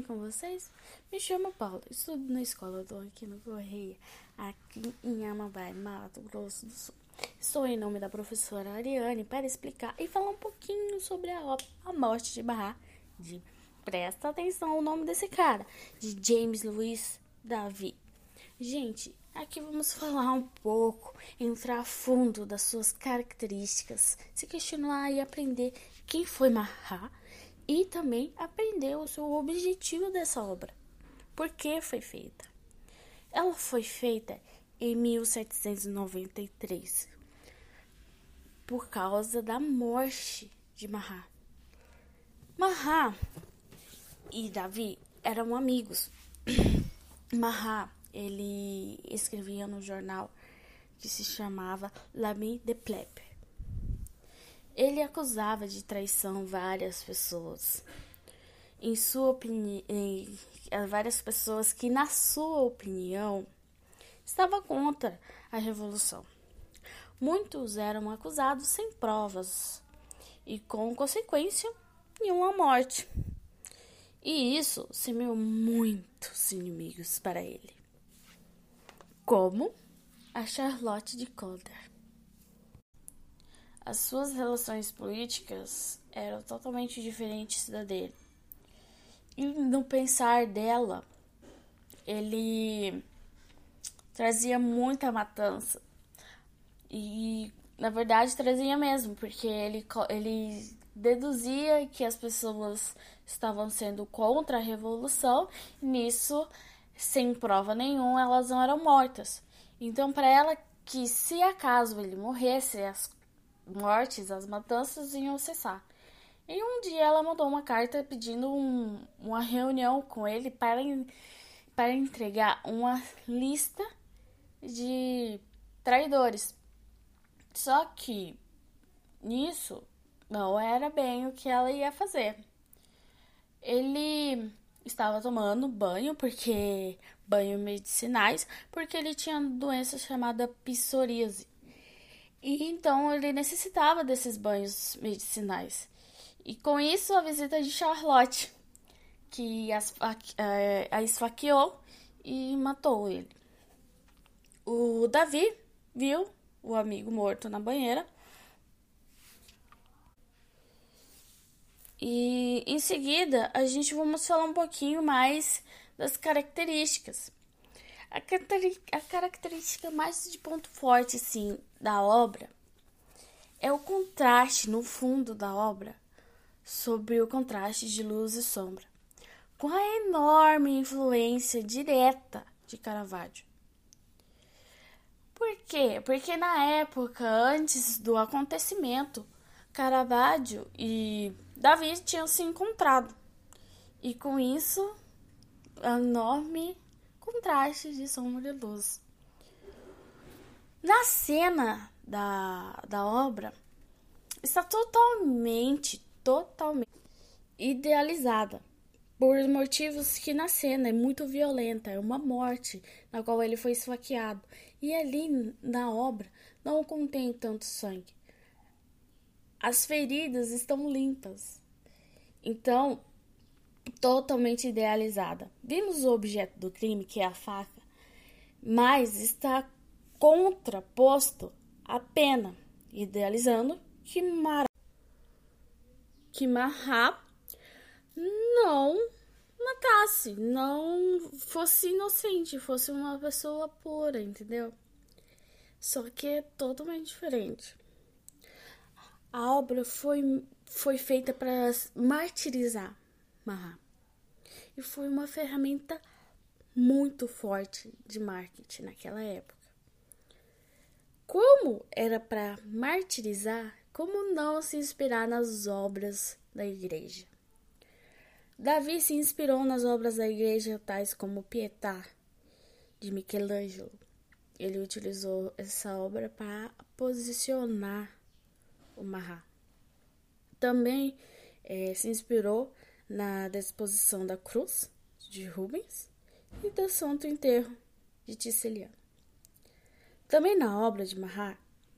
bem com vocês? Me chamo Paula, estudo na escola, estou aqui no Correia, aqui em Amapá, Mato Grosso do Sul. Estou em nome da professora Ariane para explicar e falar um pouquinho sobre a obra A Morte de Mahat, presta atenção ao nome desse cara, de James Louis Davy. Gente, aqui vamos falar um pouco, entrar a fundo das suas características, se questionar e aprender quem foi Mahat e também aprender o seu objetivo dessa obra. Por que foi feita? Ela foi feita em 1793 por causa da morte de Mahat. Mahat e Davy eram amigos. Mahat, ele escrevia no jornal que se chamava L'Ami de Plebe. Ele acusava de traição várias pessoas. Em sua opinião, várias pessoas que, na sua opinião, estavam contra a revolução. Muitos eram acusados sem provas e, com consequência, nenhuma morte. E isso semeou muitos inimigos para ele, como a Charlotte de Calder. As suas relações políticas eram totalmente diferentes da dele. E no pensar dela, ele trazia muita matança. E, na verdade, trazia mesmo, porque ele deduzia que as pessoas estavam sendo contra a revolução. E nisso, sem prova nenhuma, elas não eram mortas. Então, para ela, que se acaso ele morresse, as mortes, as matanças iam cessar. E um dia ela mandou uma carta pedindo uma reunião com ele para entregar uma lista de traidores. Só que nisso não era bem o que ela ia fazer. Ele estava tomando banho medicinais, porque ele tinha uma doença chamada psoríase. E então ele necessitava desses banhos medicinais. E com isso, a visita de Charlotte, que a esfaqueou e matou ele. O Davy viu o amigo morto na banheira. E em seguida, a gente vamos falar um pouquinho mais das características. A característica mais de ponto forte, assim, da obra é o contraste no fundo da obra sobre o contraste de luz e sombra, com a enorme influência direta de Caravaggio. Por quê? Porque na época, antes do acontecimento, Caravaggio e Davy tinham se encontrado. E com isso, enorme contraste de sombra e luz. Na cena da obra, está totalmente idealizada, por motivos que na cena é muito violenta, é uma morte na qual ele foi esfaqueado. E ali na obra não contém tanto sangue. As feridas estão limpas. Então, totalmente idealizada. Vimos o objeto do crime, que é a faca, mas está contraposto à pena, idealizando que Mahat não matasse, não fosse inocente, fosse uma pessoa pura, entendeu? Só que é totalmente diferente. A obra foi feita para martirizar Mahat. E foi uma ferramenta muito forte de marketing naquela época. Como era para martirizar, como não se inspirar nas obras da igreja? Davy se inspirou nas obras da igreja, tais como Pietà, de Michelangelo. Ele utilizou essa obra para posicionar o Mahat. Também se inspirou na disposição da cruz, de Rubens, e do Santo Enterro, de Tiziano. Também na obra de Mahat,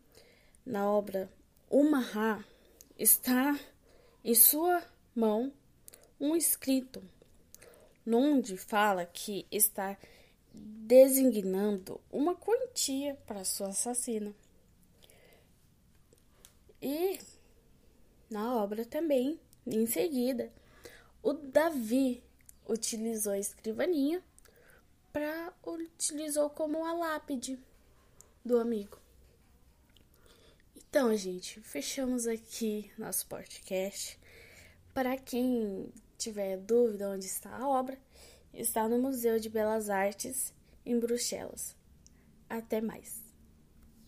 o Mahat, está em sua mão um escrito, onde fala que está designando uma quantia para sua assassina. E na obra também, em seguida, o Davi utilizou a escrivaninha utilizou como a lápide do amigo. Então, gente, fechamos aqui nosso podcast. Para quem tiver dúvida onde está a obra, está no Museu de Belas Artes, em Bruxelas. Até mais.